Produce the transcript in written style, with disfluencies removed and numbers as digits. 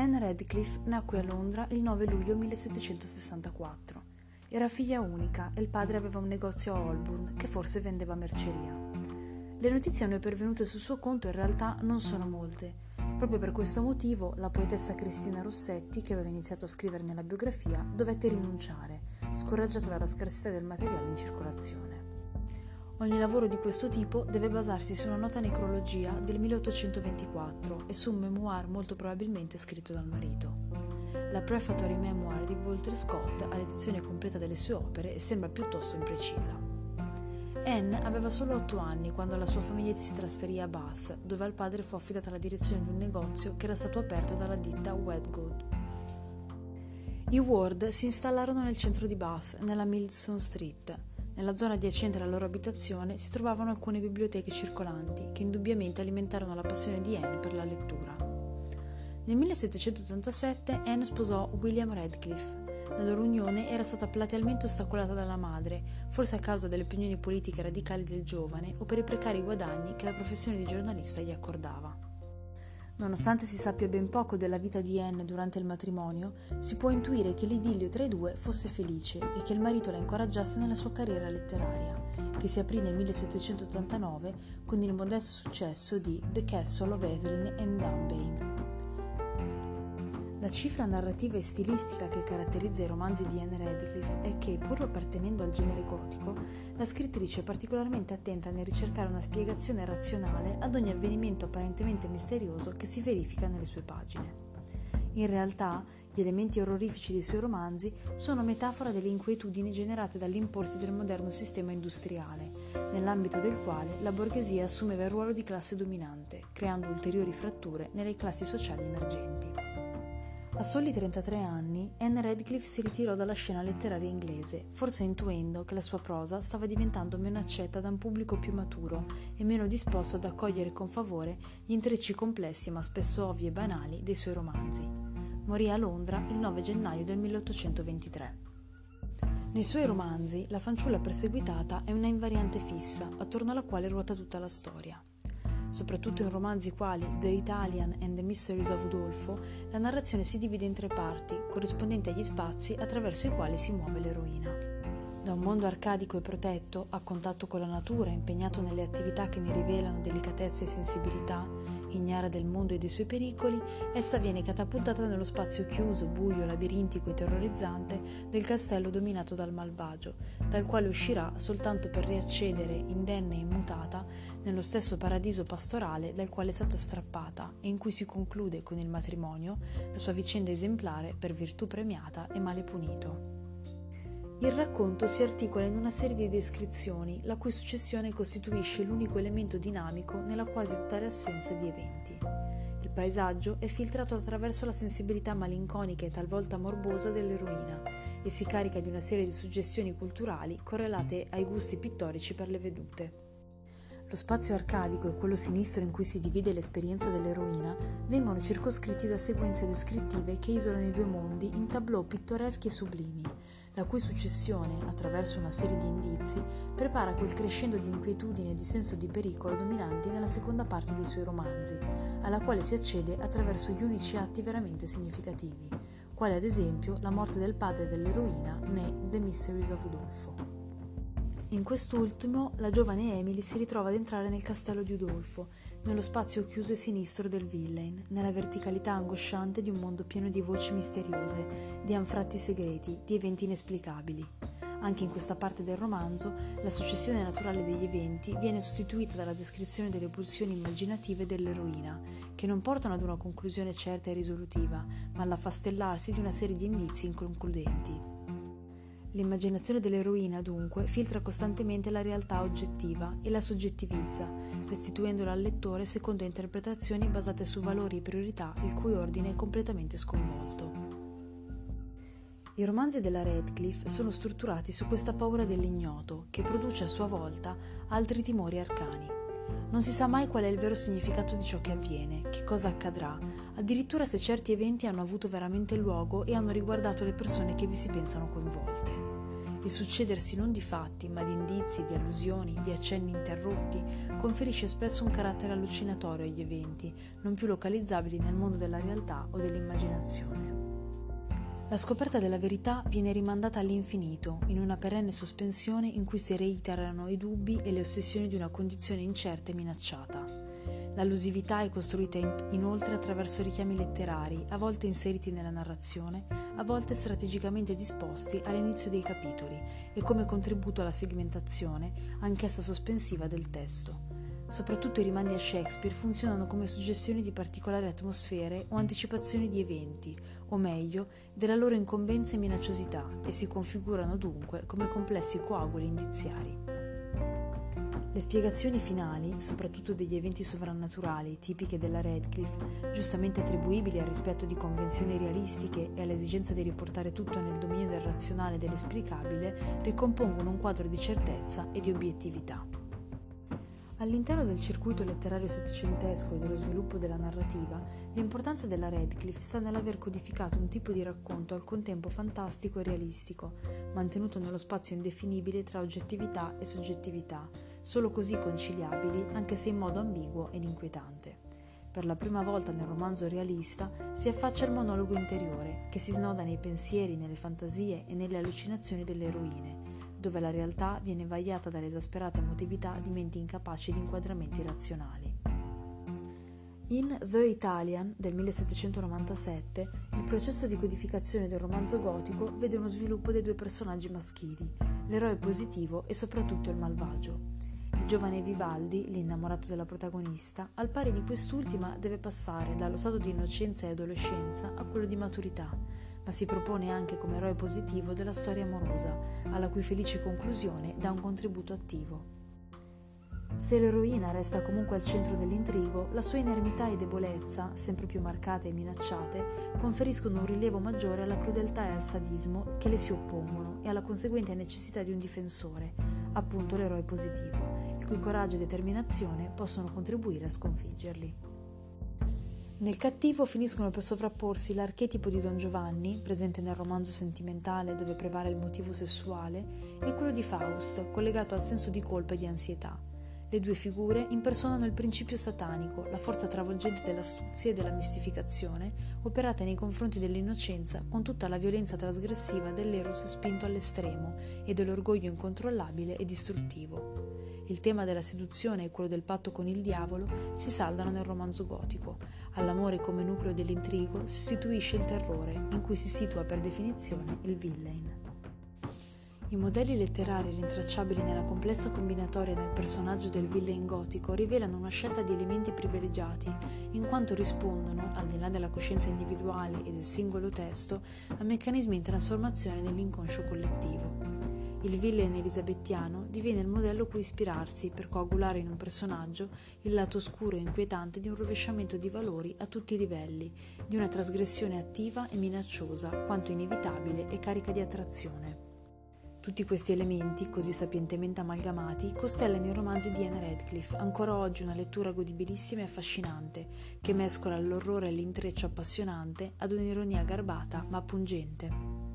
Anne Radcliffe nacque a Londra il 9 luglio 1764. Era figlia unica e il padre aveva un negozio a Holborn che forse vendeva merceria. Le notizie a noi pervenute sul suo conto in realtà non sono molte. Proprio per questo motivo la poetessa Cristina Rossetti, che aveva iniziato a scrivere nella biografia, dovette rinunciare, scoraggiata dalla scarsità del materiale in circolazione. Ogni lavoro di questo tipo deve basarsi su una nota necrologia del 1824 e su un memoir molto probabilmente scritto dal marito. La Prefatory Memoir di Walter Scott ha l'edizione completa delle sue opere e sembra piuttosto imprecisa. Anne aveva solo 8 anni quando la sua famiglia si trasferì a Bath, dove al padre fu affidata la direzione di un negozio che era stato aperto dalla ditta Wedgwood. I Ward si installarono nel centro di Bath, nella Milson Street. Nella zona adiacente alla loro abitazione si trovavano alcune biblioteche circolanti che indubbiamente alimentarono la passione di Anne per la lettura. Nel 1787 Anne sposò William Radcliffe. La loro unione era stata platealmente ostacolata dalla madre, forse a causa delle opinioni politiche radicali del giovane o per i precari guadagni che la professione di giornalista gli accordava. Nonostante si sappia ben poco della vita di Anne durante il matrimonio, si può intuire che l'idillio tra i due fosse felice e che il marito la incoraggiasse nella sua carriera letteraria, che si aprì nel 1789 con il modesto successo di The Castle of Evelyn and Dunbayne. La cifra narrativa e stilistica che caratterizza i romanzi di Anne Radcliffe è che, pur appartenendo al genere gotico, la scrittrice è particolarmente attenta nel ricercare una spiegazione razionale ad ogni avvenimento apparentemente misterioso che si verifica nelle sue pagine. In realtà, gli elementi orrorifici dei suoi romanzi sono metafora delle inquietudini generate dall'imporsi del moderno sistema industriale, nell'ambito del quale la borghesia assumeva il ruolo di classe dominante, creando ulteriori fratture nelle classi sociali emergenti. A soli 33 anni, Anne Radcliffe si ritirò dalla scena letteraria inglese, forse intuendo che la sua prosa stava diventando meno accetta da un pubblico più maturo e meno disposto ad accogliere con favore gli intrecci complessi ma spesso ovvi e banali dei suoi romanzi. Morì a Londra il 9 gennaio del 1823. Nei suoi romanzi, la fanciulla perseguitata è una invariante fissa, attorno alla quale ruota tutta la storia. Soprattutto in romanzi quali The Italian and the Mysteries of Udolpho, la narrazione si divide in 3 parti, corrispondenti agli spazi attraverso i quali si muove l'eroina. Da un mondo arcadico e protetto, a contatto con la natura, impegnato nelle attività che ne rivelano delicatezza e sensibilità, ignara del mondo e dei suoi pericoli, essa viene catapultata nello spazio chiuso, buio, labirintico e terrorizzante del castello dominato dal malvagio, dal quale uscirà soltanto per riaccedere indenne e immutata nello stesso paradiso pastorale dal quale è stata strappata e in cui si conclude con il matrimonio la sua vicenda esemplare per virtù premiata e male punito. Il racconto si articola in una serie di descrizioni, la cui successione costituisce l'unico elemento dinamico nella quasi totale assenza di eventi. Il paesaggio è filtrato attraverso la sensibilità malinconica e talvolta morbosa dell'eroina e si carica di una serie di suggestioni culturali correlate ai gusti pittorici per le vedute. Lo spazio arcadico e quello sinistro in cui si divide l'esperienza dell'eroina vengono circoscritti da sequenze descrittive che isolano i 2 mondi in tableau pittoreschi e sublimi, la cui successione, attraverso una serie di indizi, prepara quel crescendo di inquietudine e di senso di pericolo dominanti nella seconda parte dei suoi romanzi, alla quale si accede attraverso gli unici atti veramente significativi, quale ad esempio la morte del padre dell'eroina né The Mysteries of Udolpho. In quest'ultimo, la giovane Emily si ritrova ad entrare nel castello di Udolpho, nello spazio chiuso e sinistro del Villain, nella verticalità angosciante di un mondo pieno di voci misteriose, di anfratti segreti, di eventi inesplicabili. Anche in questa parte del romanzo, la successione naturale degli eventi viene sostituita dalla descrizione delle pulsioni immaginative dell'eroina, che non portano ad una conclusione certa e risolutiva, ma all'affastellarsi di una serie di indizi inconcludenti. L'immaginazione dell'eroina, dunque, filtra costantemente la realtà oggettiva e la soggettivizza, restituendola al lettore secondo interpretazioni basate su valori e priorità il cui ordine è completamente sconvolto. I romanzi della Radcliffe sono strutturati su questa paura dell'ignoto, che produce a sua volta altri timori arcani. Non si sa mai qual è il vero significato di ciò che avviene, che cosa accadrà, addirittura se certi eventi hanno avuto veramente luogo e hanno riguardato le persone che vi si pensano coinvolte. Il succedersi non di fatti, ma di indizi, di allusioni, di accenni interrotti, conferisce spesso un carattere allucinatorio agli eventi, non più localizzabili nel mondo della realtà o dell'immaginazione. La scoperta della verità viene rimandata all'infinito, in una perenne sospensione in cui si reiterano i dubbi e le ossessioni di una condizione incerta e minacciata. L'allusività è costruita inoltre attraverso richiami letterari, a volte inseriti nella narrazione, a volte strategicamente disposti all'inizio dei capitoli e come contributo alla segmentazione, anch'essa sospensiva, del testo. Soprattutto i rimandi a Shakespeare funzionano come suggestioni di particolari atmosfere o anticipazioni di eventi, o meglio, della loro incombenza e minacciosità, e si configurano dunque come complessi coaguli indiziari. Le spiegazioni finali, soprattutto degli eventi sovrannaturali tipiche della Radcliffe, giustamente attribuibili al rispetto di convenzioni realistiche e all'esigenza di riportare tutto nel dominio del razionale e dell'esplicabile, ricompongono un quadro di certezza e di obiettività. All'interno del circuito letterario settecentesco e dello sviluppo della narrativa, l'importanza della Radcliffe sta nell'aver codificato un tipo di racconto al contempo fantastico e realistico, mantenuto nello spazio indefinibile tra oggettività e soggettività, solo così conciliabili, anche se in modo ambiguo ed inquietante. Per la prima volta nel romanzo realista si affaccia il monologo interiore, che si snoda nei pensieri, nelle fantasie e nelle allucinazioni delle eroine, dove la realtà viene vagliata dall'esasperata emotività di menti incapaci di inquadramenti razionali. In The Italian del 1797, il processo di codificazione del romanzo gotico vede uno sviluppo dei due personaggi maschili, l'eroe positivo e soprattutto il malvagio. Il giovane Vivaldi, l'innamorato della protagonista, al pari di quest'ultima deve passare dallo stato di innocenza e adolescenza a quello di maturità, ma si propone anche come eroe positivo della storia amorosa, alla cui felice conclusione dà un contributo attivo. Se l'eroina resta comunque al centro dell'intrigo, la sua inermità e debolezza, sempre più marcate e minacciate, conferiscono un rilievo maggiore alla crudeltà e al sadismo che le si oppongono e alla conseguente necessità di un difensore, appunto l'eroe positivo, il cui coraggio e determinazione possono contribuire a sconfiggerli. Nel cattivo finiscono per sovrapporsi l'archetipo di Don Giovanni, presente nel romanzo sentimentale dove prevale il motivo sessuale, e quello di Faust, collegato al senso di colpa e di ansietà. Le due figure impersonano il principio satanico, la forza travolgente dell'astuzia e della mistificazione, operata nei confronti dell'innocenza con tutta la violenza trasgressiva dell'eros spinto all'estremo e dell'orgoglio incontrollabile e distruttivo. Il tema della seduzione e quello del patto con il diavolo si saldano nel romanzo gotico. All'amore come nucleo dell'intrigo si istituisce il terrore, in cui si situa per definizione il villain. I modelli letterari rintracciabili nella complessa combinatoria del personaggio del villain gotico rivelano una scelta di elementi privilegiati, in quanto rispondono, al di là della coscienza individuale e del singolo testo, a meccanismi in trasformazione nell'inconscio collettivo. Il villain elisabettiano diviene il modello cui ispirarsi per coagulare in un personaggio il lato oscuro e inquietante di un rovesciamento di valori a tutti i livelli, di una trasgressione attiva e minacciosa, quanto inevitabile e carica di attrazione. Tutti questi elementi, così sapientemente amalgamati, costellano i romanzi di Anne Radcliffe, ancora oggi una lettura godibilissima e affascinante, che mescola l'orrore e l'intreccio appassionante ad un'ironia garbata ma pungente.